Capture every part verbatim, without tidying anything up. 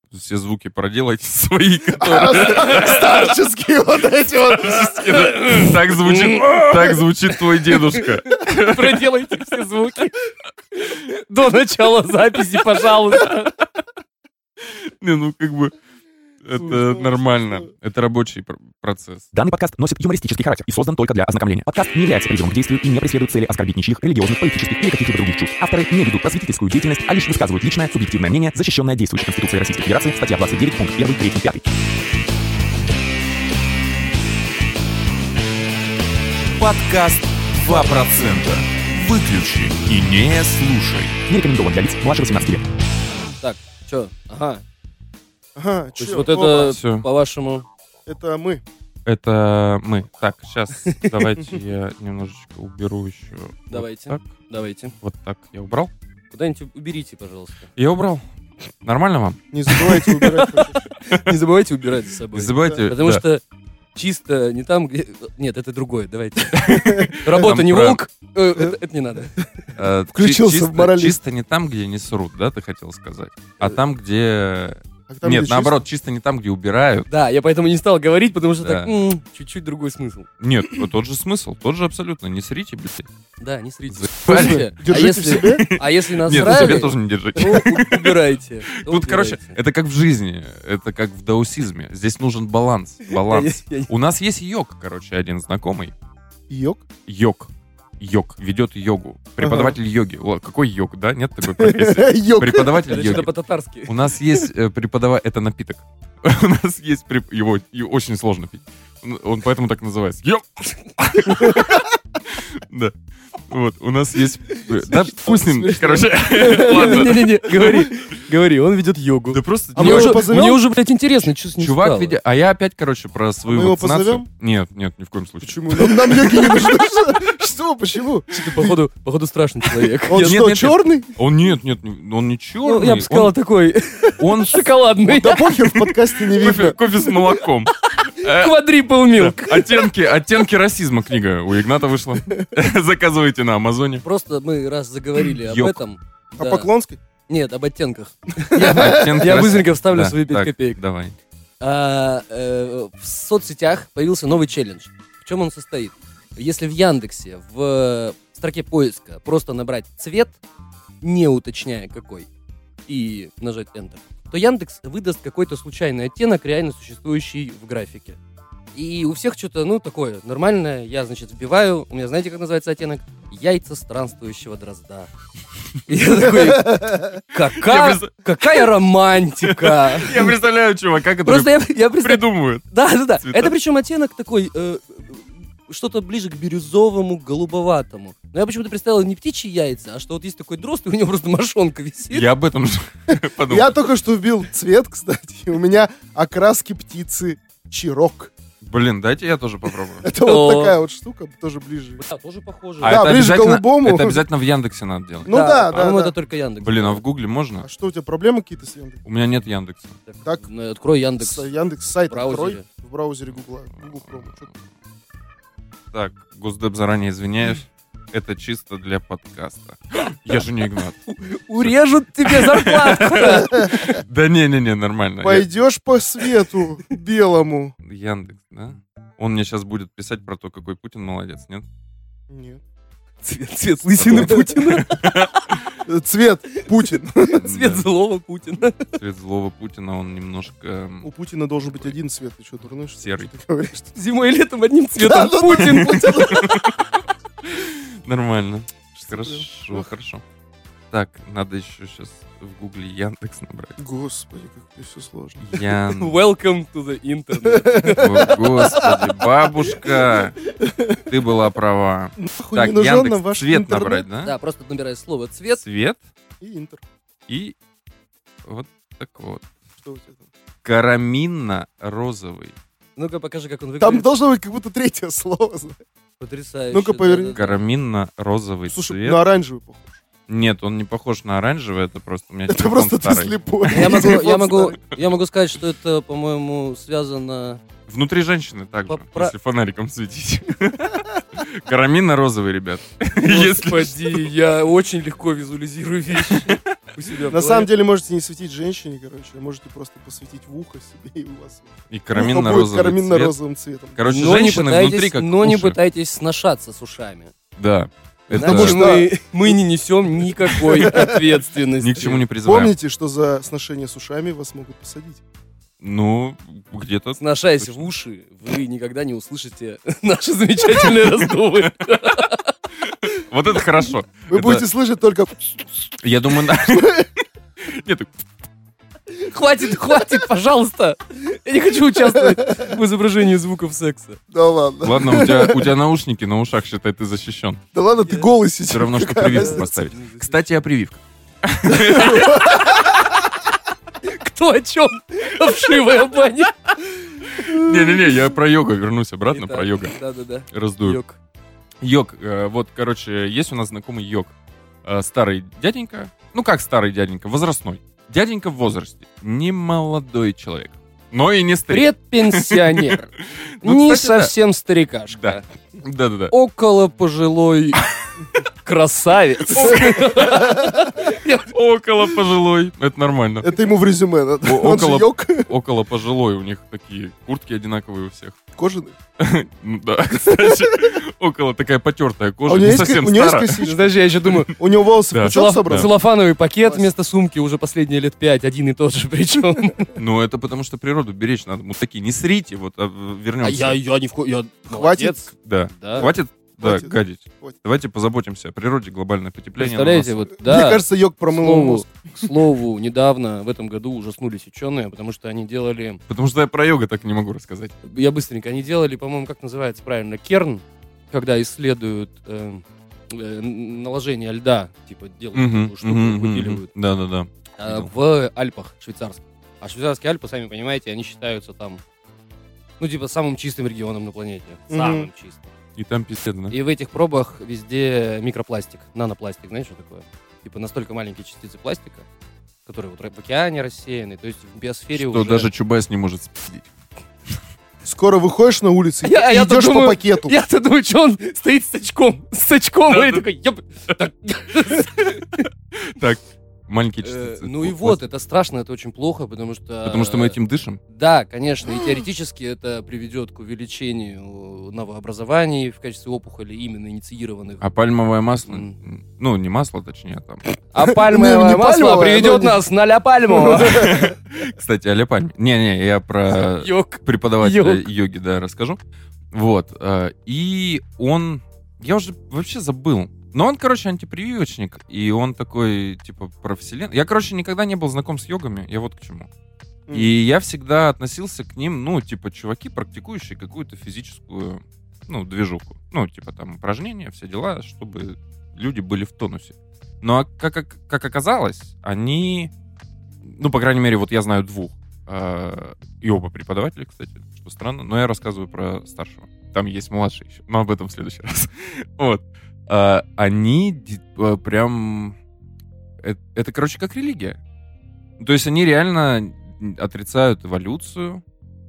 все звуки проделайте свои, которые... Старческие вот эти вот. Так звучит, так звучит твой дедушка. Проделайте все звуки. До начала записи, пожалуйста. Не, ну как бы... Это нормально. Это рабочий пр- процесс. Данный подкаст носит юмористический характер и создан только для ознакомления. Подкаст не является призывом к действию и не преследует цели оскорбить ничьих религиозных, политических или каких-либо других чувств. Авторы не ведут просветительскую деятельность, а лишь высказывают личное, субъективное мнение, защищенное действующей Конституцией Российской Федерации, статья двадцать девять, пункт один, три, пять. Подкаст два процента. Выключи и не слушай. Не рекомендован для лиц младше восемнадцати лет. Так, что? Ага. Ага, То есть чё, вот опа, это, Всё. по-вашему... это мы. Это мы. Так, сейчас давайте я немножечко уберу еще. Давайте. Вот так. Давайте. Вот так. Я убрал? Куда-нибудь уберите, пожалуйста. Я убрал. Нормально вам? Не забывайте убирать. Не забывайте убирать за собой. Не забывайте. Потому да. что чисто не там, где... Нет, это другое, давайте. Работа Там не про- волк, э, это это не надо. Э, Включился чи- в чисто- моралист. Чисто не там, где не срут, да, ты хотел сказать? А там, где... А там, Нет, где наоборот, чисто не там, где убирают. Да, я поэтому не стал говорить, потому что Да. так м, чуть-чуть другой смысл. Нет, вот тот же смысл, тот же абсолютно. Не срите, блядь. Да, не срите. Заебали. А Держите в если, себе. а если Нет, на насрали, себе тоже не держите. то у- убирайте. то Тут, короче, убирайте. это как в жизни, это как в даосизме. Здесь нужен баланс, баланс. Я- я- У нас есть йог, короче, один знакомый. Йог. Йог. Йог. Ведет йогу. Преподаватель йоги. О, какой йог, да? Нет такой профессии? Йог. Преподаватель Это что-то йоги. по-татарски. У нас есть преподаватель... Это напиток. У нас есть... преп- Его и очень сложно пить. Он- Он поэтому так называется. Йог! Да. Вот, у нас есть... Да, пусть с ним, короче. Ладно. Не-не-не, говори, говори, он ведет йогу. Да просто... А Мне мы его уже, позовем? мне уже, блядь, интересно, что с ним Чувак, стало. видя... А я опять, короче, про свою мы его вакцинацию... позовем? Нет, нет, ни в коем случае. Почему? Нам, нам йоги не нужны. Что? Что? Почему? Ты, походу, походу, страшный человек. Он Нет, что, нет, нет. черный? Он нет, нет, он не черный. Ну, я бы сказал, такой Он, он шоколадный. Да похер, в подкасте не кофе, видно. кофе с молоком. Э, Квадрипл милк. Оттенки, оттенки расизма книга у Игната вышла. Заказывайте на Амазоне. Просто мы раз заговорили об Йог. этом. А да. Поклонской? Нет, об оттенках. Оттенки Я рас- быстренько вставлю Да, свои пять так, копеек. Давай. А, э, в соцсетях появился новый челлендж. В чем он состоит? Если в Яндексе в строке поиска просто набрать цвет, не уточняя какой, и нажать Enter, то Яндекс выдаст какой-то случайный оттенок, реально существующий в графике. И у всех что-то, ну, такое нормальное. Я, значит, вбиваю, у меня, знаете, как называется оттенок? Яйца странствующего дрозда. И я такой, Я какая, представ- какая романтика! Я представляю чувака, который Просто я, я представляю... придумывает. Да, да, да. Цвета. Это причем оттенок такой, э, что-то ближе к бирюзовому, голубоватому. Но я почему-то представил не птичьи яйца, а что вот есть такой дрозд, и у него просто мошонка висит. Я об этом же подумал. Я только что вбил цвет, кстати. У меня окраски птицы Чирок. Блин, дайте я тоже попробую. Это О. вот такая вот штука, тоже ближе. Да, тоже похоже. А Да, это ближе к обязательно- голубому. Это обязательно в Яндексе надо делать. Ну да, да, По-моему, да. это только Яндекс. Блин, а в Гугле можно? А что, у тебя проблемы какие-то с Яндексом? У меня нет Яндекса. Так. Ну, открой Яндекс. С Яндекс сайт В браузере. открой в браузере Гугла. Google Chrome. Чё ты? Так, Госдеп, заранее извиняюсь. Это чисто для подкаста. Я же не Игнат. Урежут тебе зарплату. Да не-не-не, нормально. Пойдешь по свету белому. Я- Яндекс, да? Он мне сейчас будет писать про то, какой Путин молодец, нет? Нет. Цвет, цвет лысины Путина. Цвет Путин. Цвет Да, злого Путина. цвет злого Путина, он немножко... эм, У Путина должен быть один цвет. Ты что, дурной? что ли? Серый. Что ты говоришь? Зимой и летом одним цветом. Да, да, да. Путин. Нормально. Что Хорошо, прям? хорошо. Так, надо еще сейчас в Гугле Яндекс набрать. Господи, как мне все сложно. Ян... Welcome to the internet. О, Господи, бабушка, ты была права. Нахуй Так, не нужен нам Яндекс, ваш цвет интернет? набрать, да? Да, просто набирай слово цвет. Цвет И интер. и вот так вот. Что у тебя там? Караминно-розовый. Ну-ка покажи, как он Там выглядит. должно быть как будто третье слово. знаешь. Потрясающе. Ну-ка, поверни. да-да-да. Караминно-розовый Слушай, цвет. на оранжевый похож. Нет, он не похож на оранжевый, это просто у меня Это телефон просто ты старый. слепой. Я могу, Телефон я, могу, старый. я могу сказать, что это, по-моему, связано... Внутри женщины также, Попра- если фонариком светить. Караминно-розовый, ребят. Если Господи, я очень легко визуализирую вещи. у себя в На голове. самом деле можете не светить женщине, короче, а можете просто посветить в ухо себе, и у вас И ухо будет караминно-розовый цвет. караминно-розовым цветом. Короче, но не женщины внутри пытайтесь, как но не уши. пытайтесь сношаться с ушами. Да. Это Иначе что- мы, мы не несем никакой ответственности. ни к чему не призываем. Помните, что за сношение с ушами вас могут посадить. Ну, где-то... Сношаясь в уши, вы никогда не услышите наши замечательные раздувы. Вот это хорошо. Вы Это- будете слышать только... Я думаю, да. Нет, Хватит, хватит, пожалуйста. Я не хочу участвовать в изображении звуков секса. Да ладно. ладно, у тебя, у тебя наушники на ушах, считай, ты защищен. Да ладно, ты голый сидишь. Все равно, что Какая прививку разница? поставить. Кстати, о прививках. Кто о чем? Вшивая баня. Не-не-не, я про йогу вернусь обратно, про йогу. Да-да-да. Раздую. Йог. Йог, э, вот, короче, есть у нас знакомый йог. Э, Старый дяденька, ну как старый дяденька, возрастной. Дяденька в возрасте, не молодой человек, но и не старик. Предпенсионер. Ну, Не кстати, да. совсем старикашка. Да. Да-да-да. Около пожилой красавец. Около пожилой, это нормально. Это ему в резюме надо. О- Он же около- йог Около пожилой, у них такие куртки одинаковые у всех. кожаный. Ну да, кстати, около такая потертая А кожа, у него не есть ко- совсем у него есть старая. косичка? Даже я еще думаю, У него волосы Да. в пучок целлоф- собраны? целлофановый пакет Класс. вместо сумки уже последние лет пять, один и тот же причем. Ну это потому что природу беречь надо. Вот такие, не срите, вот а, вернемся. А я, я не в ко- я Хватит. молодец. Да. Да. Хватит, да, Хватит. гадить. Хватит. Давайте позаботимся о природе, глобальное потепление. Представляете, на нас. вот, да. Мне кажется, йог К промыл слову, мозг. к слову, недавно в этом году ужаснулись ученые, потому что они делали, Потому что я про йогу так не могу рассказать. я быстренько, они делали, по-моему, как называется правильно, керн, когда исследуют э, э, наложение льда, типа делают такую штуку, выпиливают, Да-да-да. а, в Альпах швейцарских. А швейцарские Альпы, сами понимаете, они считаются там, ну, типа, самым чистым регионом на планете. Мгм. Самым чистым. И там пиздец, да? И в этих пробах везде микропластик, нанопластик, знаешь, что такое? Типа настолько маленькие частицы пластика, которые вот в океане рассеяны, то есть в биосфере Что уже... даже Чубайс не может спиздить. Скоро выходишь на улицу и Я- я идешь тут думаю, по пакету. Я-то думаю, что он стоит с очком, с очком, Да, и да. такой, «Еб». Так. Так, маленькие Э, частицы. Ну и вот, это страшно, это очень плохо, потому что... Потому что мы этим дышим. Да, конечно, и теоретически это приведет к увеличению новообразований в качестве опухолей, именно инициированных. А пальмовое масло, М. ну не масло, точнее, там. А Ну, пальмовое не масло пальмовое, приведет но- нас на ля пальму. Кстати, о пальме. Не-не, я про Йог. преподавателя Йог. йоги, да, расскажу. Вот. э, И он... Я уже вообще забыл. Но он, короче, антипрививочник, и он такой, типа, про вселенную. Я, короче, никогда не был знаком с йогами, я вот к чему. И я всегда относился к ним, ну, типа, чуваки, практикующие какую-то физическую, ну, движуху. Ну, типа, там, упражнения, все дела, чтобы люди были в тонусе. Но, как, как, как оказалось, они... Ну, по крайней мере, вот я знаю двух. э, И оба преподаватели, кстати, что странно. Но я рассказываю про старшего. Там есть младший еще, но об этом в следующий раз. Вот. Э, Они ди- э, прям... э- Это, короче, как религия. То есть они реально отрицают эволюцию,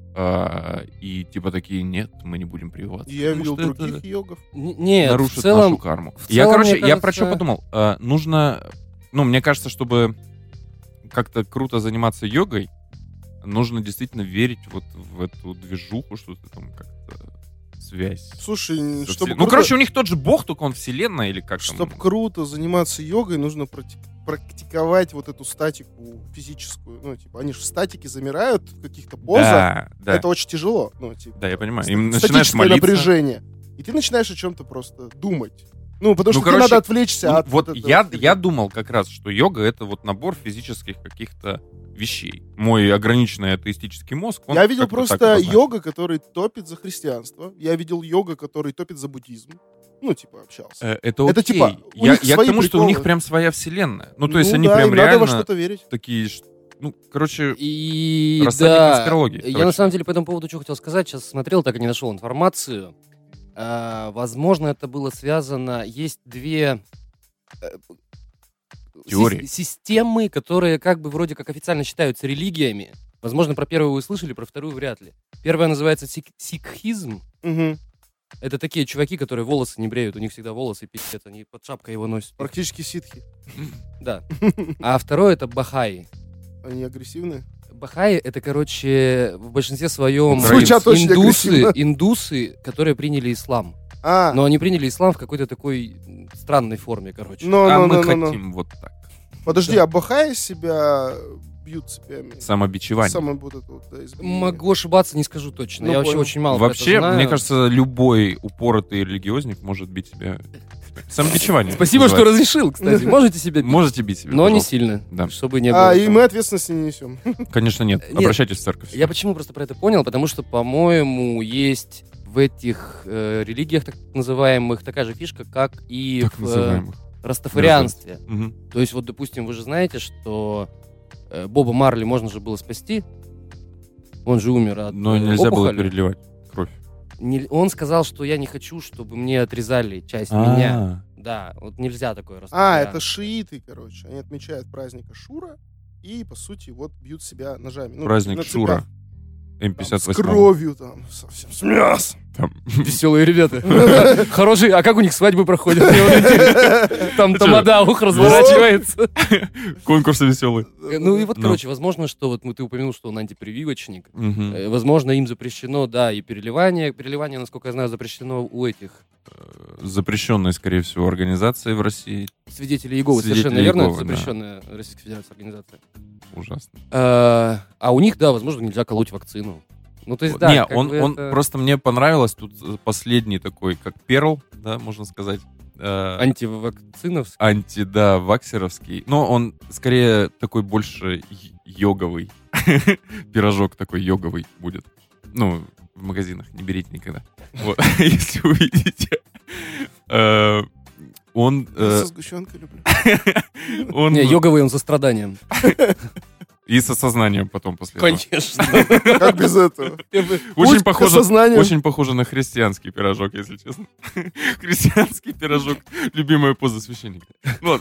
а, и типа такие, нет, мы не будем прививаться. Я потому видел что это других йогов. Н- Нет, в нарушит целом, нашу карму. в Я, целом, короче, мне я про что кажется- подумал? А, нужно, ну, мне кажется, чтобы как-то круто заниматься йогой, нужно действительно верить вот в эту движуху, что-то там как-то связь. Слушай, со чтобы всем- Ну, короче, у них тот же бог, только он вселенная или как Чтобы там. круто заниматься йогой, нужно практи- практиковать вот эту статику физическую. Ну, типа, они же в статике замирают в каких-то позах. Да, да, Это очень тяжело. Ну, типа, да, я понимаю. ст- Им начинаешь статическое молиться. напряжение. И ты начинаешь о чем-то просто думать. Ну, потому Ну, что короче, тебе надо отвлечься Ну, от... вот этого я, всего. я думал как раз, что йога — это вот набор физических каких-то вещей. Мой ограниченный атеистический мозг, он Я видел как-то так просто обозначил. йога, который топит за христианство. Я видел йога, который топит за буддизм. Ну, типа, общался. Э, Это окей. Это типа, у я них я к свои тому, что у них приколы. прям своя вселенная. Ну, то есть Ну они да, прям им надо во реально что-то верить. такие... ш- Ну, короче, И Рассадник да, конспирологии, я короче. на самом деле по этому поводу что хотел сказать, сейчас смотрел, так и не нашел информацию. А, возможно, это было связано, есть две э, Теории. сис- системы, которые как бы вроде как официально считаются религиями. Возможно, про первую вы слышали, про вторую вряд ли. Первая называется сик- сикхизм, Мгм. Это такие чуваки, которые волосы не бреют, у них всегда волосы пиздец, они под шапкой его носят. Практически ситхи. Да. А второй это бахаи. Они агрессивные? Бахаи это, короче, в большинстве своем Звучат очень индусы, агрессивно. индусы, которые приняли ислам. А, Но они приняли ислам в какой-то такой странной форме, короче. но, А но, мы но, но, но. хотим вот так. Подожди, а бахаи себя бьют цепями? Самобичевание. Самое вот это вот, да, избиение. Могу ошибаться, не скажу точно. Ну, Я вообще понял. очень мало про это Вообще, знаю. мне кажется, любой упоротый религиозник может бить себя. Самобичевание. Спасибо, что называется. разрешил, кстати. Можете себя бить. Можете бить себя, Но не пожалуйста. сильно, Да. чтобы не было. А, и там. мы ответственности не несем. Конечно, нет. Нет. Обращайтесь в церковь. Я почему просто про это понял? Потому что, по-моему, есть в этих э, религиях так называемых такая же фишка, как и Так в э, называемых. растафарианстве. Мгм. То есть, вот, допустим, вы же знаете, что э, Боба Марли можно же было спасти. Он же умер от Но э, нельзя было опухоли. переливать кровь. Не- он сказал, что я не хочу, чтобы мне отрезали часть А. меня. Да, вот нельзя такое А, растафарианство. это шииты, короче. Они отмечают праздник Ашура и, по сути, вот бьют себя ножами. Ну, Праздник на Шура. цепях. эм Там, пятьдесят с восемь. кровью там, совсем с мясом. Там. Веселые ребята. Хорошие. А как у них свадьбы проходят? Мне вот интересно. Там Ты тамада ух разворачивается. Конкурсы веселые. Ну и вот, Ну. короче, возможно, что вот ты упомянул, что он антипрививочник. Мгм. Э, Возможно, им запрещено, да, и переливание. Переливание, насколько я знаю, запрещено у этих Запрещенные, скорее всего, организации в России. свидетелей Иеговы. Свидетели Совершенно верно, это Иеговы, да. запрещенная Российской Федерацией организация. Ужасно. А а у них, да, возможно, нельзя колоть вакцину. Ну, то есть, да. Не, как он, бы он это просто мне понравилось тут э, последний такой, как перл, да, можно сказать. э, антивакциновский. анти, да, ваксеровский. Но он скорее такой больше й- йоговый. Пирожок такой йоговый будет. Ну, в магазинах не берите никогда. Вот, если увидите. Э, Он... э, Со сгущенкой люблю. он Не, йоговый он со страданием. И с осознанием потом после этого. Конечно. Как без этого? Очень Путь к похоже, осознанию. очень похоже на христианский пирожок, если честно. Христианский пирожок. Любимая поза священника. Вот.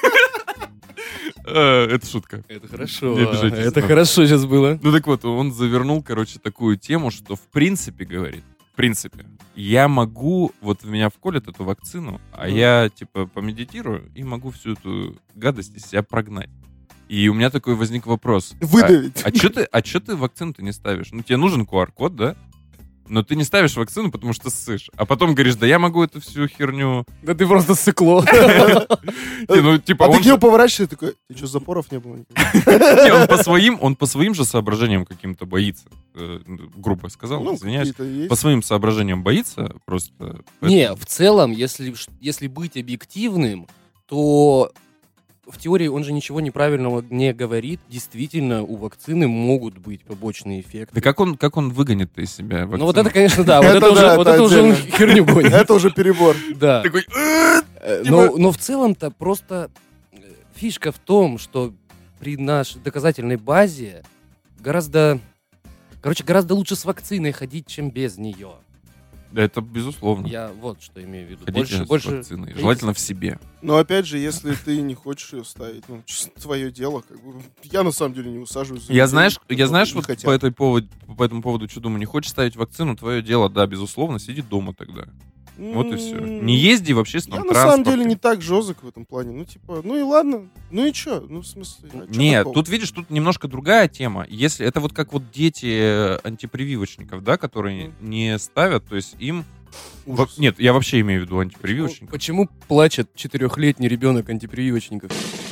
Э, Это шутка. Это хорошо. Не обижайтесь, Это да. хорошо сейчас было. Ну так вот, он завернул, короче, такую тему, что в принципе, говорит, в принципе, я могу, вот в меня вколят эту вакцину, а Мгм. я, типа, помедитирую и могу всю эту гадость из себя прогнать. И у меня такой возник вопрос. Выдавить. А, а что ты, а чё ты вакцину-то не ставишь? Ну, тебе нужен ку ар код, да? Но ты не ставишь вакцину, потому что ссышь. А потом говоришь, да я могу эту всю херню... Да ты просто сыкло. Не, ну, типа, А ты он к нему же- поворачиваешься такой, ты что, запоров не было? не, он по своим, он по своим же соображениям каким-то боится. Э, грубо сказал, Ну, извиняюсь. какие-то есть. По своим соображениям боится просто. Не, в целом, если, ш- если быть объективным, то в теории он же ничего неправильного не говорит. Действительно, у вакцины могут быть побочные эффекты. Да как он, как он выгонит из себя вакцину? Ну вот это, конечно, да. Вот Это это да, уже вот это это уже он отдельно. херню гонит. Это уже перебор. Да. Такой, Э, Но но в целом-то просто э, фишка в том, что при нашей доказательной базе гораздо... Короче, гораздо лучше с вакциной ходить, чем без нее. это безусловно. Я вот что имею в виду. Ходите Больше, с больше... вакциной. Желательно в себе. Но опять же, если ты не хочешь ее ставить, ну, чисто твое дело, как бы. Я на самом деле не усаживаюсь. за Я людей, знаешь, я которые знаешь не вот хотят. по, этой поводу, по этому поводу что думаю? Не хочешь ставить вакцину, твое дело, да, безусловно, сиди дома тогда. Вот и все. М, Не езди в Я общественном на самом транспорте. деле не так жесток в этом плане. Ну, типа, ну и ладно. Ну и чё? Ну, в смысле, а чё Нет, такого? тут, видишь, тут немножко другая тема. Если это вот как вот дети э, антипрививочников, да, которые Мгм. не ставят, то есть им... Ужас. Во- Нет, я вообще имею в виду антипрививочников. Почему плачет четырехлетний ребенок антипрививочников?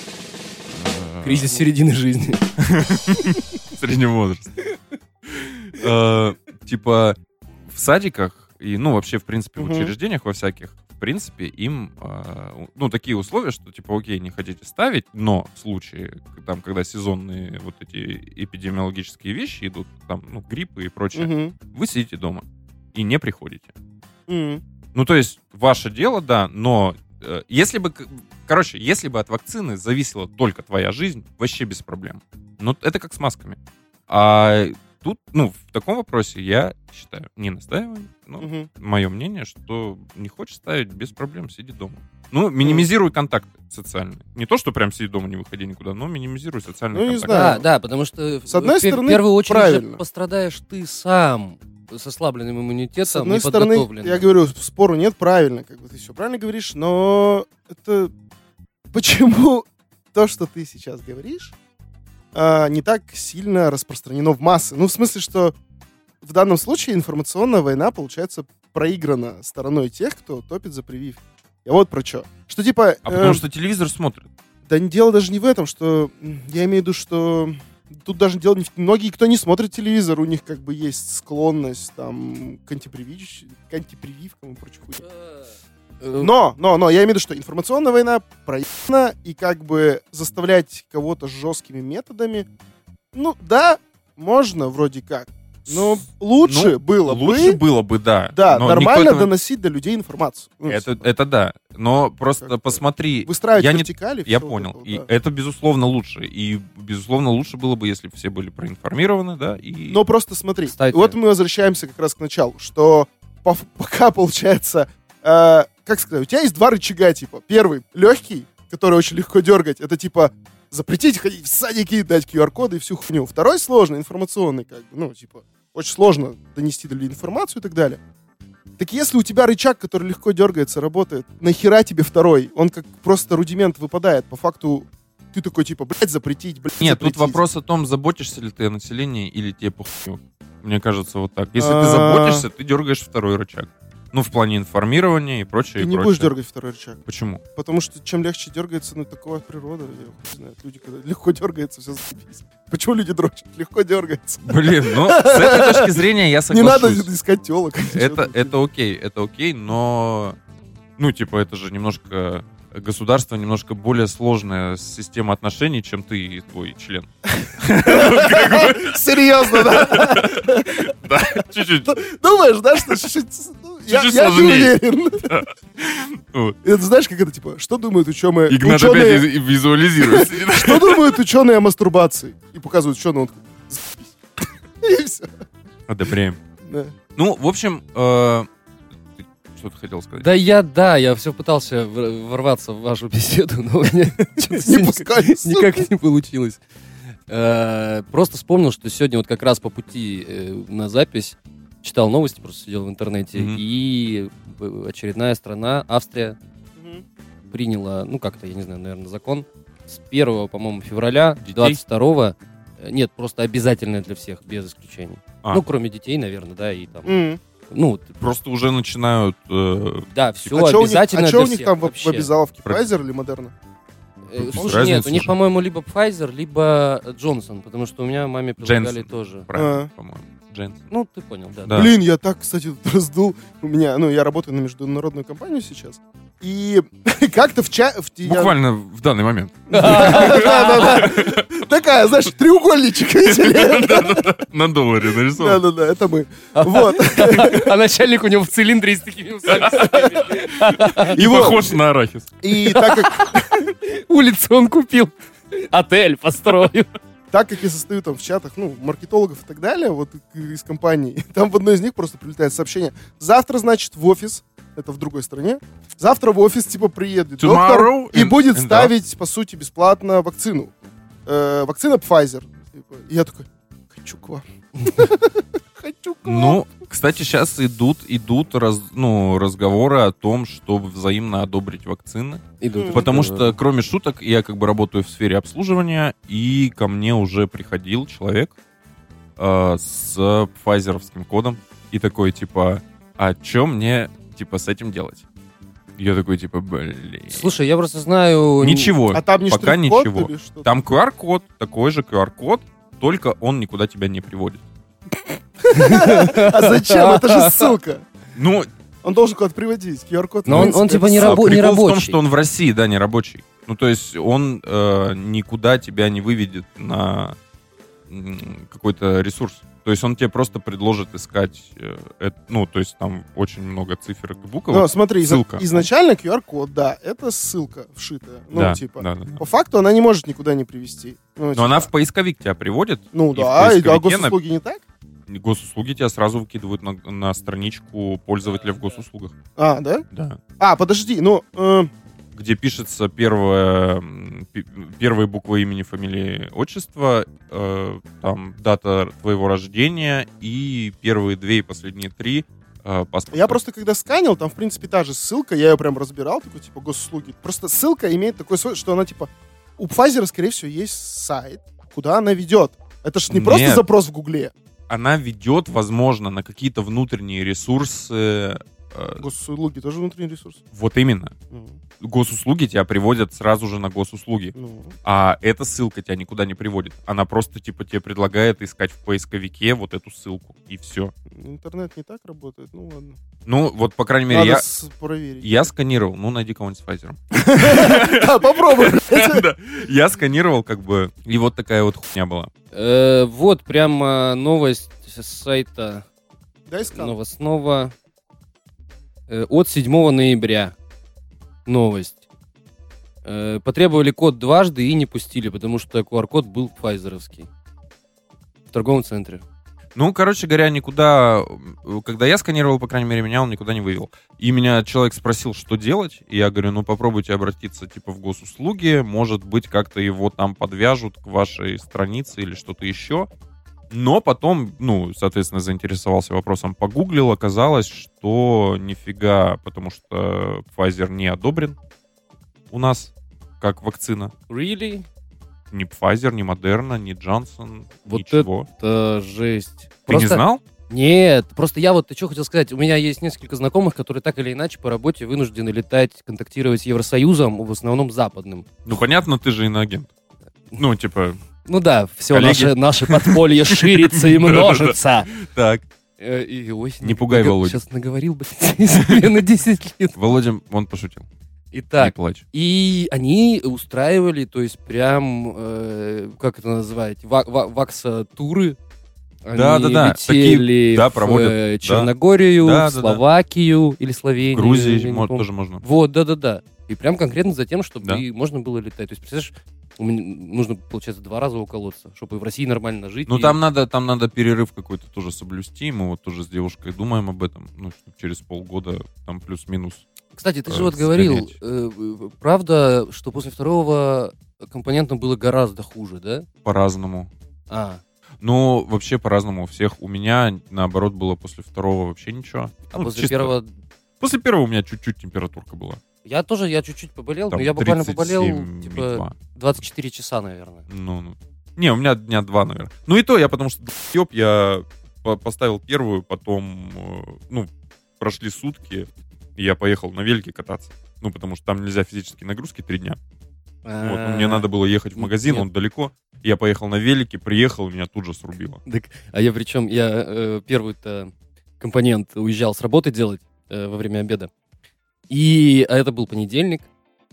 Э, Кризис середины жизни. Среднего возраста. Э, Типа в садиках и, ну, вообще, в принципе, в Мгм. учреждениях во всяких, в принципе, им, э, ну, такие условия, что, типа, окей, не хотите ставить, но в случае, там, когда сезонные вот эти эпидемиологические вещи идут, там, ну, гриппы и прочее, Мгм. вы сидите дома и не приходите. Мгм. Ну, то есть, ваше дело, да, но э, если бы, к- короче, если бы от вакцины зависела только твоя жизнь, вообще без проблем. Но это как с масками. А тут, ну, в таком вопросе я считаю, не настаиваю, но Мгм. мое мнение, что не хочешь ставить, без проблем, сиди дома. Ну, минимизируй контакты социальные. Не то, что прям сиди дома, не выходи никуда, но минимизируй социальные Ну, не контакты. знаю. Да, да, потому что С одной в пер- стороны, в первую очередь же правильно. пострадаешь ты сам. с ослабленным иммунитетом, С одной стороны, неподготовленным. я говорю, спору нет, правильно, как бы ты все правильно говоришь, но это почему то, что ты сейчас говоришь, а, не так сильно распространено в массы? Ну, в смысле, что в данном случае информационная война, получается, проиграна стороной тех, кто топит за прививки. Я вот про что. Что типа... А потому э, что телевизор смотрит. Да дело даже не в этом, что... м, Я имею в виду, что... Тут даже дело не в... Многие, кто не смотрит телевизор, у них как бы есть склонность там к, антипрививич... к антипрививкам и прочей хуйне. Э, Но, но, но, я имею в виду, что информационная война проебана, и как бы заставлять кого-то жесткими методами, ну, да, можно вроде как, но лучше Ну, было Лучше бы, было бы, да. да, Но нормально никто этого- доносить до людей информацию. Ну, Это, типа, это да. Но просто Как-то посмотри. выстраивать я не- вертикали. Я всё вот понял. это вот, И да. это, безусловно, лучше. И, безусловно, лучше было бы, если бы все были проинформированы, да. И... Но просто смотри, Кстати. вот мы возвращаемся как раз к началу, что по- пока получается, э, как сказать, у тебя есть два рычага, типа, первый легкий, который очень легко дергать, это типа запретить ходить в садики, дать ку ар-коды и всю хуйню. Второй сложный, информационный, как бы, ну, типа, очень сложно донести до людей информацию и так далее. Так если у тебя рычаг, который легко дергается, работает, нахера тебе второй? Он как просто рудимент выпадает. По факту ты такой, типа, блядь, запретить, блядь, Нет, тут запретить. вопрос о том, заботишься ли ты о населении или тебе похуй. Мне кажется, вот так. Если ты А. заботишься, ты дергаешь второй рычаг. Ну, в плане информирования и прочее. Ты и не прочее. будешь дергать второй рычаг. Почему? Потому что чем легче дергается, ну, такова природа. Я хуй знаю. Люди, когда легко дергается, все заебись. Почему люди дрочат? Легко дергается. Блин, ну, с этой точки зрения я Не соглашусь. надо искать телок. Это, это окей, это окей, но, ну, типа, это же немножко государство, немножко более сложная система отношений, чем ты и твой член. Серьезно, да? Да, чуть-чуть. Думаешь, да, что чуть-чуть... ну, Я Чуть-чуть я не сложнее. уверен. Вот. Это знаешь, как это, типа, что думают ученые... Игнат ученые- опять ви- визуализирует. Что думают ученые о мастурбации? И показывают ученые, он такой, «Заебись». И все. Одобряем. Да. Ну, в общем, э, ты что-то хотел сказать? Да я, да, я все пытался в- ворваться в вашу беседу, но у меня что-то Не никак- пускай, сука. никак не получилось. Э, Просто вспомнил, что сегодня вот как раз по пути э, на запись читал новости, просто сидел в интернете, Мгм. и э, очередная страна, Австрия, Мгм. приняла, ну как-то, я не знаю, наверное, закон с первого, по-моему, февраля, Детей? двадцать второго, э, нет, просто обязательное для всех, без исключений. А. Ну, кроме детей, наверное, да, и там, Мгм. ну, вот, Просто уже начинают... э, да, все А что у них, обязательно а чё для у них всех там в, в вообще. обязаловке? Про- Pfizer или Moderna? Э, Без Слушай, разницы нет, у них, же. по-моему, либо Pfizer, либо Джонсон, потому что у меня маме предлагали Дженсен. тоже. Правильно, А. по-моему. Дженсен. Ну, ты понял, да. Да. Блин, я так, кстати, тут раздул. У меня, ну, я работаю на международную компанию сейчас. И как-то в ча... в- я- Буквально в данный момент. Да-да-да. Такая, знаешь, треугольничек, видели? На долларе нарисован. Да-да-да, это мы. Вот. А начальник у него в цилиндре с такими усами. И похож на арахис. И так как, Улицу он купил. Отель построил. так как я состою там в чатах, ну, маркетологов и так далее, вот из компаний, там в одной из них просто прилетает сообщение. Завтра, значит, в офис, это в другой стране, завтра в офис, типа, приедет доктор Tomorrow и in- будет in ставить, по сути, бесплатно вакцину. Э, Вакцина Pfizer. Типа, и я такой, хочу к вам. Хочу к вам. Ну, кстати, сейчас идут, идут раз, ну, разговоры о том, чтобы взаимно одобрить вакцины. Идут. Потому что, кроме шуток, я как бы работаю в сфере обслуживания, и ко мне уже приходил человек э, с пфайзеровским кодом и такой, типа, а что мне, типа, с этим делать? Я такой, типа, блин. Слушай, я просто знаю... Ничего, А там не пока штрих-код ничего. или что? Там ку ар-код, такой же ку ар-код, только он никуда тебя не приводит. А зачем? Это же ссылка. Ну, Он должен куда-то приводить. ку ар-код. Но он- в он принципе, типа это не ссылка. рабо- не прикол в том, рабочий. что он в России, да, не рабочий. Ну, то есть он э, никуда тебя не выведет на м, какой-то ресурс. То есть он тебе просто предложит искать, э, эт- ну, то есть там очень много цифр и букв. Ну, смотри, изна- ссылка. изначально ку ар-код, да, это ссылка вшитая. Ну, да, типа. да, да, да. По факту она не может никуда не привести. Ну, Но типа, она в поисковик тебя приводит. Ну и в да, и, а поисковике на- госуслуги не так? Госуслуги тебя сразу выкидывают на, на страничку пользователя в госуслугах. А, да? Да. А, подожди, ну, э, где пишется первая, м, пи- первые буквы имени, фамилии, отчества, э, там дата твоего рождения и первые две и последние три э, паспорта. Я просто когда сканил, там, в принципе, та же ссылка, я ее прям разбирал, такой, типа, госуслуги. Просто ссылка имеет такое свойство, что она, типа, у Pfizer, скорее всего, есть сайт, куда она ведет. Это ж не Нет. просто запрос в Гугле. Она ведет, возможно, на какие-то внутренние ресурсы. э, Госуслуги тоже внутренний ресурс. Вот именно. Ну, Госуслуги тебя приводят сразу же на госуслуги. ну. А эта ссылка тебя никуда не приводит. Она просто, типа, тебе предлагает искать в поисковике вот эту ссылку. И все. Интернет не так работает, ну ладно. Ну, вот, по крайней мере, Надо я, с- проверить. я сканировал. Ну, найди кого-нибудь с Pfizer. Да, попробуй. Да. Я сканировал, как бы, и вот такая вот хуйня была. Э, вот прямо новость с сайта Дай скан. новостного э, от седьмого ноября. Новость. Э, потребовали код дважды и не пустили, потому что ку ар-код был пфайзеровский. В торговом центре. Ну, короче говоря, никуда... э, Когда я сканировал, по крайней мере, меня он никуда не вывел. И меня человек спросил, что делать. И я говорю, ну, попробуйте обратиться, типа, в госуслуги. Может быть, как-то его там подвяжут к вашей странице или что-то еще. Но потом, ну, соответственно, заинтересовался вопросом, погуглил, оказалось, что нифига, потому что Pfizer не одобрен у нас как вакцина. Really? Ни Pfizer, ни Moderna, ни Johnson, Вот ничего. Это жесть. Ты не знал? Нет, просто я вот что хотел сказать. У меня есть несколько знакомых, которые так или иначе по работе вынуждены летать, контактировать с Евросоюзом, в основном западным. Ну, понятно, ты же иноагент. Ну, типа, Ну да, все Коллеги. наше, наше подполье ширится и множится. так. Э, и, ой, Не пугай Володю. Сейчас наговорил, блядь, на десять лет. Володя, он пошутил. Не Итак, плачь. и они устраивали, то есть прям, э, как это называть, ва- ва- вакса-туры. Они Да-да-да, летели такие, да, в проводят, э, да. Черногорию, Да, в да, да. Словакию или Словению. В Грузии я не мо- помню. тоже можно. Вот, да-да-да. И прям конкретно за тем, чтобы Да. и можно было летать. То есть, представляешь, у меня нужно, получается, два раза уколоться, чтобы в России нормально жить. Ну, и- там надо, там надо перерыв какой-то тоже соблюсти. Мы вот тоже с девушкой думаем об этом. Ну, что через полгода там плюс-минус. Кстати, ты же э, вот говорил, сгонять. э, э, правда, что после второго компонента было гораздо хуже, да? По-разному. А, Ну, вообще по-разному у всех. У меня, наоборот, было после второго вообще ничего. а Ну, после чисто- первого... После первого у меня чуть-чуть температурка была. Я тоже, я чуть-чуть поболел, Там но я буквально тридцать поболел, семь и типа, два. двадцать четыре часа, наверное. Ну, ну. Не, у меня дня два, наверное. Ну и то я, потому что ёб, я по- поставил первую, потом, э, ну, прошли сутки, и я поехал на велике кататься. Ну, потому что там нельзя физические нагрузки три дня. Вот, ну, мне надо было ехать в магазин, Нет. он далеко. Я поехал на велике, приехал, и меня тут же срубило. Так, а я причем, я э, первый-то компонент уезжал с работы делать э, во время обеда. И а это был понедельник.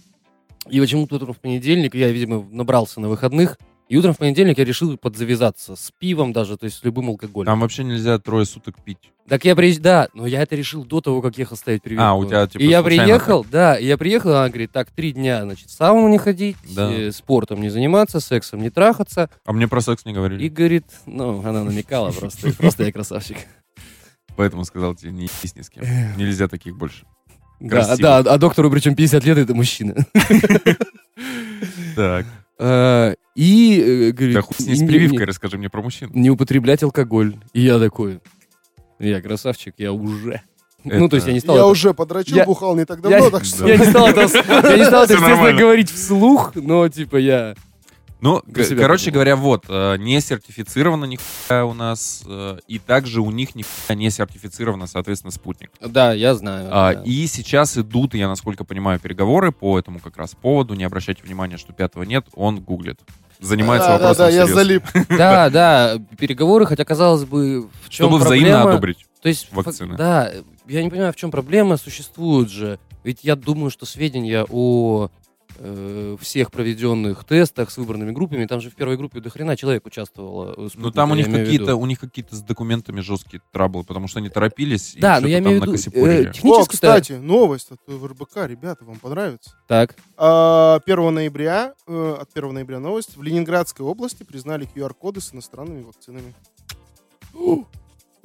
И почему-то утром в понедельник я, видимо, набрался на выходных. И утром в понедельник я решил подзавязаться с пивом даже, то есть с любым алкоголем. Там вообще нельзя трое суток пить. Так я приезжал, да, но я это решил до того, как ехал ставить прививку. А, у тебя, типа, И я случайно приехал, да, и я приехал, она говорит, так, три дня, значит, в сауну не ходить, Да. э, спортом не заниматься, сексом не трахаться. А мне про секс не говорили. И говорит, ну, она намекала просто, просто я красавчик. Поэтому сказал тебе, не ебись ни с кем. Нельзя таких больше. Да, Красиво. да, а доктору причем пятьдесят лет, это мужчина. Так. А, И, э, говорит, Да хуй с ней с не- прививкой, не- расскажи мне про мужчин. не употреблять алкоголь. И я такой, я красавчик, я уже. Ну, Это- то есть я не стал Я это- уже подрочил, Я- бухал не так я- давно, так что... Я не стал это, я не стал это, Всё естественно, нормально. говорить вслух, но, типа, я... Ну, Для г- себя короче придумал. говоря, вот, э, не сертифицировано нихуя у нас, э, и также у них нихуя не сертифицировано, соответственно, спутник. Да, я знаю. А, да. И сейчас идут, я насколько понимаю, переговоры по этому как раз поводу. Не обращайте внимания, что пятого нет, он гуглит. Занимается Да, да, вопросом да, я всерьез. залип. Да, да, переговоры, хотя, казалось бы, в чем Чтобы проблема? взаимно одобрить. То есть, вакцины. фак- да, я не понимаю, в чем проблема, существуют же. Ведь я думаю, что сведения о э, всех проведенных тестах с выбранными группами, там же в первой группе до хрена человек участвовало. э, Ну спутника, там у я них имею в какие-то, виду. у них какие-то с документами жесткие траблы, потому что они торопились и Да, но что-то я там имею в виду, накосипорили. э, О, технически-то- кстати, новость от эр бэ ка, ребята, вам понравится? Так, А, первого ноября, э, от первого ноября новость, в Ленинградской области признали ку ар-коды с иностранными вакцинами.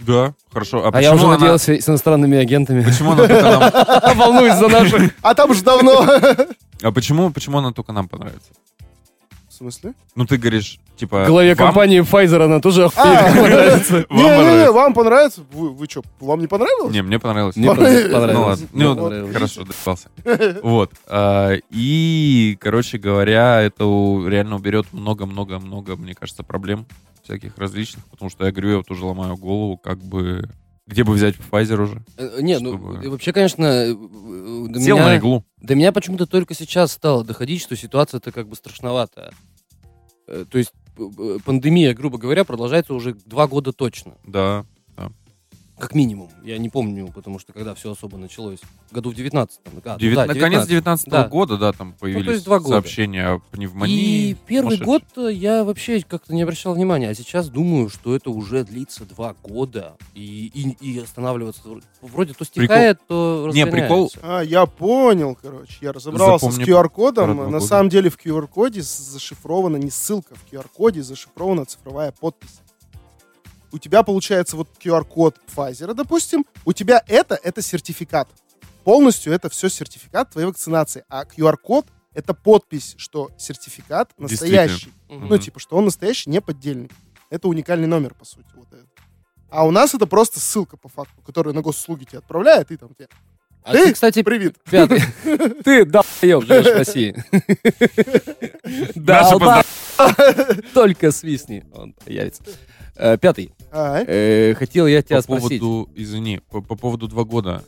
Да, хорошо. А, А я почему уже она- надеялся с иностранными агентами. Почему она только нам... Волнуюсь за наших. А там же давно. А почему, почему она только нам понравится? В смысле? Ну, ты говоришь, типа... Главе вам- компании Pfizer она тоже А, охуеть понравится. Вам Не-не-не, понравится? вам понравится? Вы вы что, вам не понравилось? Не, мне понравилось. Мне Понравилось. понравилось. Ну ладно, Мне ну, понравилось. хорошо, доебался. Вот. а, И, короче говоря, это у- реально уберет много-много-много, мне кажется, проблем всяких различных, потому что я говорю, я вот уже ломаю голову, как бы... Где бы взять Pfizer уже? Э, Не, ну Чтобы- э, вообще, конечно, э, э, до Сел на меня, иглу. до меня почему-то только сейчас стало доходить, что ситуация-то как бы страшноватая. Э, То есть п- п- пандемия, грубо говоря, продолжается уже два года точно. Да. Как минимум. Я не помню, потому что когда все особо началось. Году в девятнадцатом. А, ну Девят- да, Наконец девятнадцатом. девятнадцатого Да. года, да, там появились есть два года. сообщения о пневмонии. И первый сумасшедшей. год э, я вообще как-то не обращал внимания, а сейчас думаю, что это уже длится два года, и, и, и останавливаться вроде- вроде то стихает, то Не, прикол- разгоняется. А, я понял, короче. Я разобрался Запомни с ку ар про кодом. два На года. самом деле в ку ар коде зашифрована не ссылка, в ку ар коде зашифрована цифровая подпись. У тебя получается вот ку ар код Pfizer, допустим, у тебя это, это сертификат. Полностью это все сертификат твоей вакцинации. А ку ар код это подпись, что сертификат настоящий. Мгм. Ну, типа, что он настоящий, не поддельный. Это уникальный номер, по сути. Вот это. А у нас это просто ссылка, по факту, которую на госуслуги тебе отправляет, и там тебе А Ты, ты, кстати, привет. пятый. Ты, да, живешь в России. Да, Наше да. Только свистни, он появится. Э, Пятый. А, Э, Хотел я тебя По спросить. поводу, извини, по, по поводу два года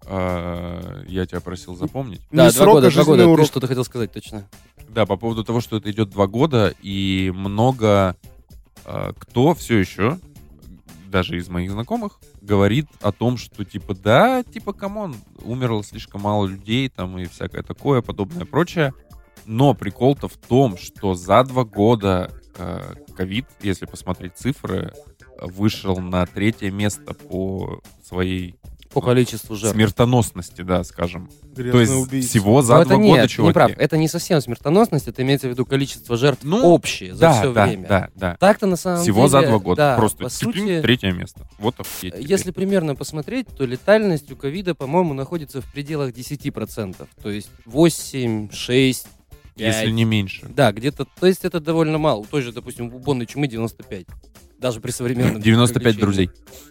а, я тебя просил запомнить. Да, не два срок, года, а два года. жизненный Ты урок. что-то хотел сказать точно. Да, по поводу того, что это идет два года, и много а, кто все еще, даже из моих знакомых, говорит о том, что типа, да, типа, камон, умерло слишком мало людей, там, и всякое такое, подобное, прочее. Но прикол-то в том, что за два года ковид, если посмотреть цифры, вышел на третье место по своей По количеству жертв. смертоносности, да, скажем. грязный То есть убийца. всего Но за это два нет, года, ты чуваки. не прав. Это не совсем смертоносность, это имеется в виду количество жертв Ну, общее за да, все да, время. да, да. Так-то на самом Всего деле... за два года. Да, Просто по тюпинг, сути, третье место. Вот офигеть. теперь. если примерно посмотреть, то летальность у ковида, по-моему, находится в пределах десять процентов. То есть восемь, шесть, пять. Если не меньше. Да, где-то... То есть это довольно мало. У той же, допустим, бубонной чумы девяносто пять. Даже при современном... девяносто пять лечении. друзей.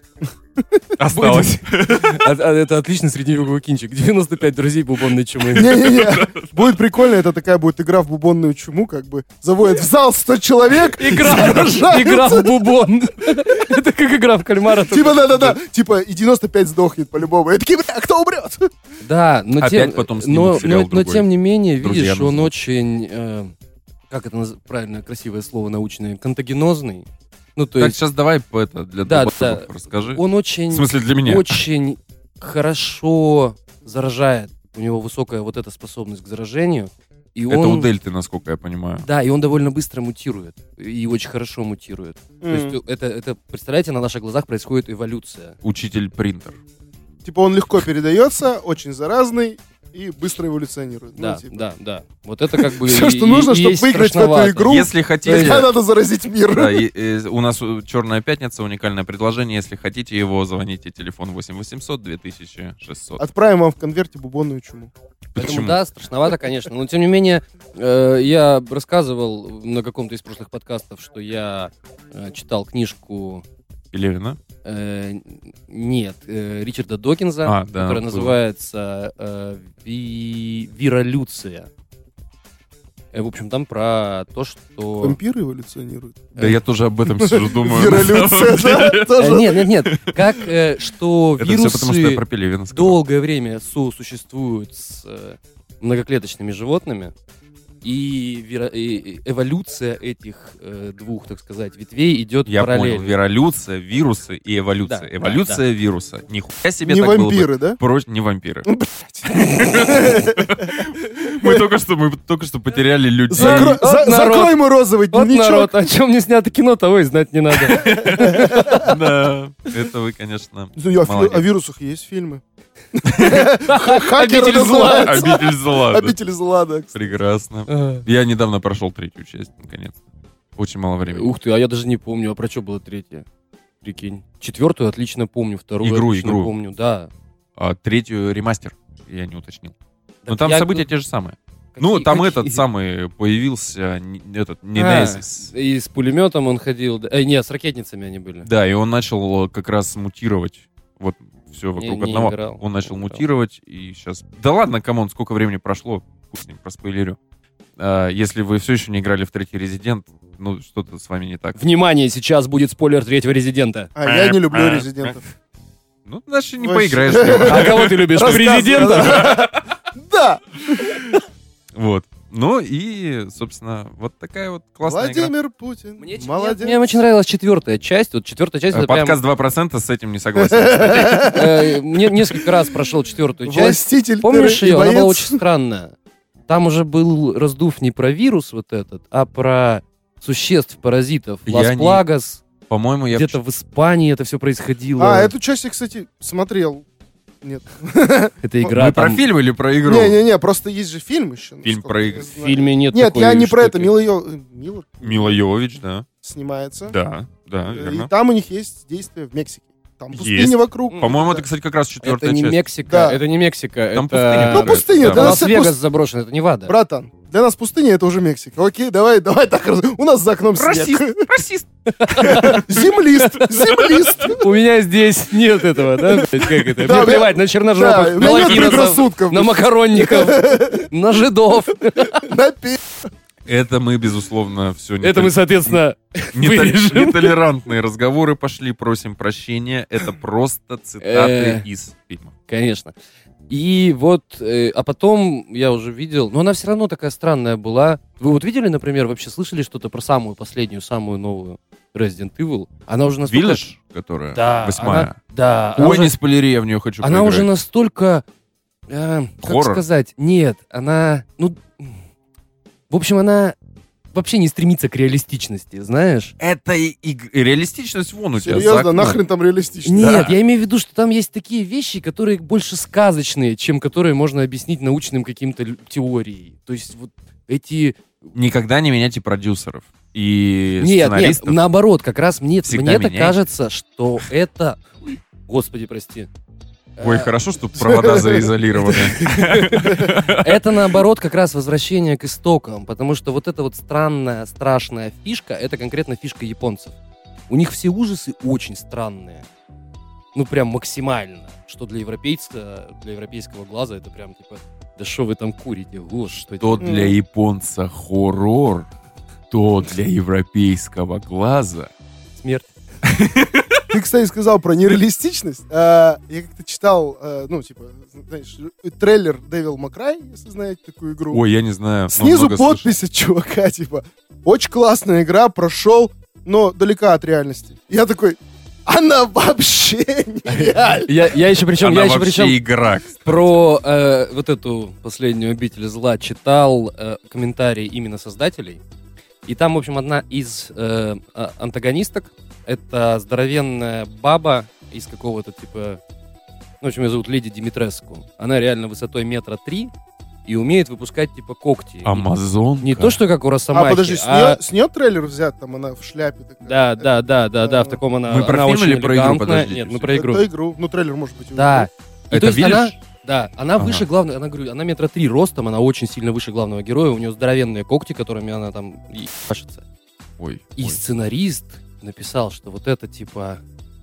Осталось. А- а Это отличный средневековый кинчик. девяносто пять друзей бубонной чумы. Не-не-не. Будет прикольно, это такая будет игра в бубонную чуму, как бы заводят в зал сто человек. Игра, заражаются. игра в бубон. Это как игра в кальмара. только- Типа, да-да-да. Типа, и девяносто пять сдохнет по-любому. И такие, бля, кто умрет? Да, но Опять тем, потом но, снимут сериал но, но другой. тем не менее, «Друзья видишь, он назад». очень, э, как это наз- правильно, красивое слово научное, контагенозный. Ну, то Так, есть сейчас давай по это для Да, добавок да. расскажи. он очень, В смысле, для меня. очень хорошо заражает. У него высокая вот эта способность к заражению. И Это он, у Дельты, насколько я понимаю. Да, и он довольно быстро мутирует. И очень хорошо мутирует. То М. есть это, это, представляете, на наших глазах происходит эволюция. Учитель-принтер. Типа, он легко передается, очень заразный и быстро эволюционирует. Ну, Да, типа. да, да. Вот это как бы Всё, и- что нужно, и чтобы есть выиграть в эту страшновато. игру. Если хотите... Тогда надо заразить мир. Да, и, э, у нас у- Черная пятница, уникальное предложение. Если хотите его, звоните телефон восемь восемьсот две тысячи шестьсот. Отправим вам в конверте бубонную чуму. Поэтому Почему? да, страшновато, конечно. Но тем не менее, э, я рассказывал на каком-то из прошлых подкастов, что я э, читал книжку Пелевина? э, нет, э, Ричарда Докинза, А, да, которая было. называется э, Ви- «Виролюция». Э, В общем, там про то, что... Вампиры эволюционируют. Да я тоже об этом сижу, думаю. Виролюция, да? Э, Тоже. Нет, нет, нет. Как, э, что Это все потому, что я вирусы про Пелевина сказал. долгое время сосуществуют с э, многоклеточными животными, и, виро- и эволюция этих э, двух, так сказать, ветвей идет Я параллельно. понял. Виролюция, вирусы и эволюция. Да, да, эволюция вируса. Нихуя себе Не так было бы. вампиры, да? Проч- Не вампиры. Ну, Мы только что, мы только что потеряли людей. Закро- Вот за- народ. Закрой мой розовый Вот дневничок. народ, о чем не снято кино, того и знать не надо. Да, это вы, конечно, Ну, я фи- молодец. О вирусах есть фильмы. Хакеры Обитель зла. называются. Обитель зла. да. Обитель зла, да. кстати. Прекрасно. А. Я недавно прошел третью часть, наконец. Очень мало времени. Ух ты, а я даже не помню, а про что было третье? Прикинь. Четвертую отлично помню, вторую Игру, отлично игру. помню, да. А третью ремастер, я не уточнил. Но Так там я события г- те же самые. Какие- Ну, там какие? этот самый появился, не- этот, А, Немезис. и с пулеметом он ходил. да. Э, нет, с ракетницами они были. Да, и он начал как раз мутировать. Вот все вокруг Не- не одного. играл, он начал не играл. мутировать, и сейчас... Да ладно, камон, сколько времени прошло, пусть не проспойлерю. А, если вы все еще не играли в третий Резидент, ну, что-то с вами не так. Внимание, сейчас будет спойлер третьего Резидента. А я не люблю резидентов. Ну, дальше не Вообще. поиграешь. с ним. А кого ты любишь? Рассказывай. Президента? Да! Вот. Ну и, собственно, вот такая вот классная игра. Владимир Путин. Мне, Молодец. мне очень нравилась четвертая часть. Вот четвертая часть, Э, это прям... Подкаст два процента с этим не согласен. э, Мне несколько раз прошел четвертую часть. Властитель Помнишь тире и ее? Она была боец. очень странная. Там уже был раздув не про вирус вот этот, а про существ-паразитов. Я Лас не- Плагас. По-моему, я... Где-то в Испании это все происходило. А, эту часть я, кстати, смотрел. Нет. Это игра Мы про там... фильм или про игру? Не-не-не, просто есть же фильм еще. Фильм насколько про я игры. В знаю. фильме нет Нет, такой я не про это. штуки. Мила Йо- Мила Мила Йовович, да. снимается. Да, да, И верно. там у них есть действия в Мексике. Там Есть. пустыня вокруг. По-моему, Да. это, кстати, как раз четвертая Это не часть. Мексика, Да. это не Мексика, Там это... пустыня. Ну, пустыня, Да. для нас Лас-Вегас пуст- заброшен, это Невада. Братан, для нас пустыня — это уже Мексика. Окей, давай, давай так. раз- У нас за окном снег. расист. Землист, землист. У меня здесь нет этого, да? блядь, Как это? Да, Мне у меня- плевать на Да, черножопых, у на меня нет латиносов, предрассудков. на макаронников, на жидов. На пи- Это мы, безусловно, все Это мы, соответственно, вырежем. нетолерантные разговоры пошли, просим прощения. Это просто цитаты Э. из фильмов. Конечно. И вот, э, а потом я уже видел, но она все равно такая странная была. Вы вот видели, например, вообще слышали что-то про самую последнюю, самую новую Resident Evil? Она уже настолько... Village, которая Да, восьмая. она- да. она Ой, уже- не спойлери, я в нее хочу Она поиграть. уже настолько... э, как Хоррор? сказать? Нет, она... Ну, в общем, она вообще не стремится к реалистичности, знаешь? Это и, и реалистичность вон у тебя. за Серьезно, окном. нахрен там реалистично? Нет, я имею в виду, что там есть такие вещи, которые больше сказочные, чем которые можно объяснить научным каким-то л- теорией. То есть вот эти... Никогда не меняйте продюсеров и Нет, нет, сценаристов. наоборот, как раз мне, Всегда мне так меняйте. кажется, что это... Господи, прости. Ой, Э, хорошо, что провода заизолированы. Это, наоборот, как раз возвращение к истокам, потому что вот эта вот странная, страшная фишка, это конкретно фишка японцев. У них все ужасы очень странные. Ну, прям максимально. Что для европейца, для европейского глаза это прям типа, да что вы там курите, господи. То для японца хоррор, то для европейского глаза. Смерть. Ты, кстати, сказал про нереалистичность. А, я как-то читал, а, ну, типа, знаешь, трейлер Devil May Cry, если знаете такую игру. Ой, я не знаю. но Снизу много слышал. подпись от чувака, типа, очень классная игра, прошел, но далека от реальности. Я такой, она вообще нереальна. Я, я еще причем, Она я еще вообще причем игра. кстати. про э, вот эту последнюю обитель зла читал э, комментарии именно создателей. И там, в общем, одна из э, а- антагонисток — это здоровенная баба из какого-то типа... Ну, в общем, ее зовут Леди Димитреску. Она реально высотой метра три и умеет выпускать типа когти. Амазон. Не то, что как у Росомахи, А, подожди, с а- нее, с нее трейлер взят, там она в шляпе такая. Да, да, да, да, да, в А, таком она, Мы про она фильм очень или про игру? элегантная. Подождите, Нет, мы всё. про игру. Это игру. Ну, трейлер может быть. у Да. И Это то есть Village? она, да, она Ага. выше главного, она, говорю, она метра три ростом, она очень сильно выше главного героя, у нее здоровенные когти, которыми она там ебашится. Ой, И ой. сценарист написал, что вот это типа,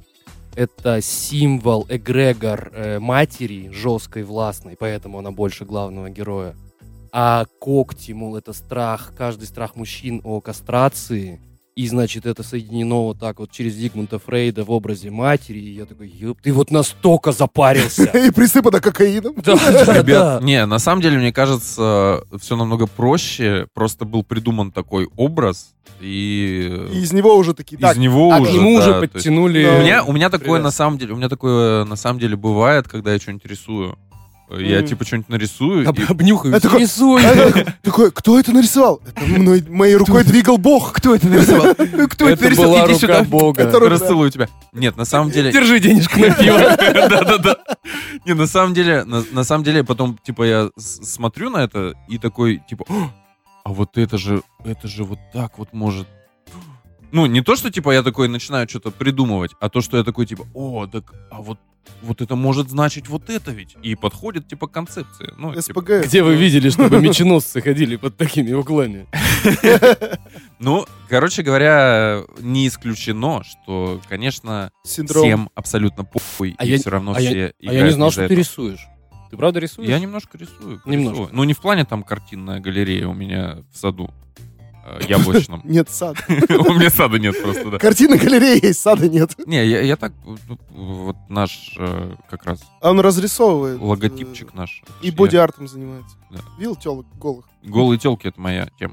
это символ, эгрегор э, матери жесткой, властной, поэтому она больше главного героя. А когти, мол, это страх, каждый страх мужчин о кастрации. И, значит, это соединено вот так вот через Зигмунда Фрейда в образе матери. И я такой, ёп, ты вот настолько запарился. И присыпано кокаином. Да, да, Ребят, да. не, на самом деле, мне кажется, все намного проще. Просто был придуман такой образ, и, И из него уже такие, из так, него А уже... к нему да, уже то есть- подтянули... Да. У меня, у меня такое Привет. на самом деле, у меня такое на самом деле бывает, когда я что-нибудь рисую. Я Мгм. типа что-нибудь нарисую, Об- и Обнюхаю, Это такой- рисуй. А я такой- такой, кто это нарисовал? Это мной, моей рукой двигал Бог. Кто это нарисовал? Кто Это была рука Бога. Это рука- расцелую тебя. Нет, на самом деле... Держи денежку на пиво. Да-да-да. Не, на самом деле, на, на самом деле, потом, типа, я с- смотрю на это и такой, типа, «О, а вот это же, это же вот так вот может. Ну, не то, что, типа, я такой начинаю что-то придумывать, а то, что я такой, типа, о, так, а вот, вот это может значить вот это ведь. И подходит, типа, концепции. Ну, типа, СПГ. Где вы видели, чтобы меченосцы ходили под такими углами? ну, короче говоря, не исключено, что, конечно, Синдром. всем абсолютно похуй, А и я- все равно а я- все А я играют не знал, из-за что ты этого. рисуешь. Ты правда рисуешь? Я немножко рисую. Немножко. рисую. Ну, не в плане там картинная галерея у меня в саду э, яблочном. Нет сада. У меня сада нет просто, да. Картины галереи есть, сада нет. Не, я, я так, ну, вот наш э, как раз А он разрисовывает. логотипчик наш. И Я- боди-артом занимается. Да. Видел телок голых? Голые телки — это моя тема.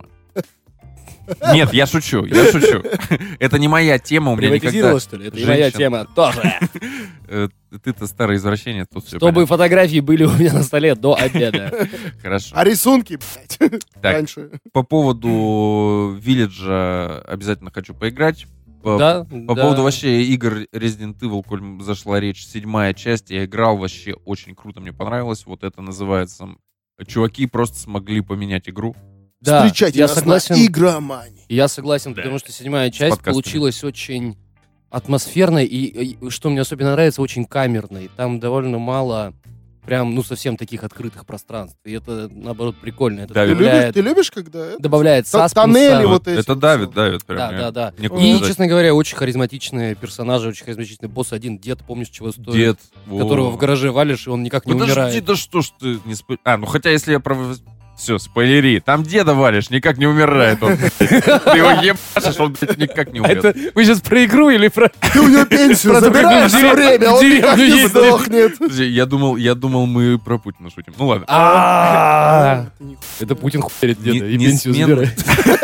Нет, я шучу, я шучу. Это не моя тема, у меня никогда... Приватизировала, что ли? Это и моя женщин- тема тоже. Э, Ты-то старый извращенец, тут все Чтобы фотографии были у меня на столе до обеда. Хорошо. А рисунки, блядь, Так, раньше. по поводу Вилледжа обязательно хочу поиграть. По, Да, по да. поводу вообще игр Resident Evil, коль зашла речь, седьмая часть, я играл, вообще очень круто, мне понравилось. Вот это называется... Чуваки просто смогли поменять игру. Да, Встречайте я нас согласен. на Игромании. Я согласен, Да. потому что седьмая часть подкастами. получилась очень атмосферной и, и, что мне особенно нравится, очень камерной. Там довольно мало прям, ну, совсем таких открытых пространств. И это, наоборот, прикольно. Это Да, Ты любишь, добавляет, ты любишь, когда... это? добавляет Та- саспенса. тоннели вот Вот эти это вот давит, всё. давит прям. Да, мне да, да. некуда И, бежать. честно говоря, очень харизматичные персонажи, очень харизматичный босс. Один дед, помнишь, чего стоит? Дед. Которого Во. в гараже валишь, и он никак не Подожди, умирает. да что ж ты не спой... А, ну хотя если я про... Все, спойлери. Там деда валишь, никак не умирает он. Ты его ебашишь, он, блядь, никак не А умрет. это вы сейчас про игру или про... Ты у него пенсию Правда, забираешь как все бы в время, он деревню никак не ездит. сдохнет. Подожди, я думал, я думал, мы про Путина шутим. Ну ладно. А, Ты не- это Путин хуярит деда Не- и не пенсию смен- забирает.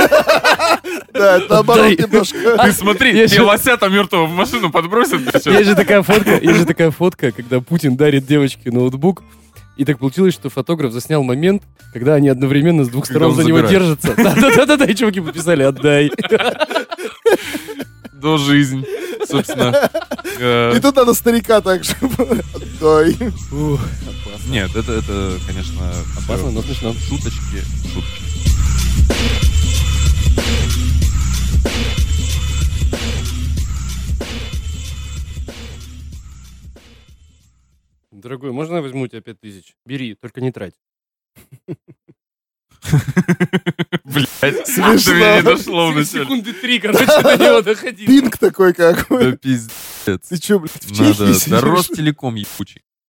Да, это наоборот Отдай. немножко. Ты смотри, Я тебе же- лося-то мертвого в машину подбросят. ты чё? Есть же такая фотка, есть же такая фотка, когда Путин дарит девочке ноутбук, и так получилось, что фотограф заснял момент, когда они одновременно с двух Когда сторон он за него забирает. держатся. Да-да-да, и чуваки подписали «отдай». До жизнь, собственно. Э, И тут надо старика так же. Отдай. Ух, опасно. Нет, это, это, конечно, Опасно, но всё смешно. шуточки, шутки. Дорогой, можно я возьму у тебя пять тысяч? Бери, только не трать. Блять, Смешно. до меня не дошло вначале. Секунды три, короче, до него доходил. Пинг такой какой. Да пиздец. Ты че, блядь, в Чехии Надо, сидишь? да Ростелеком ебучий.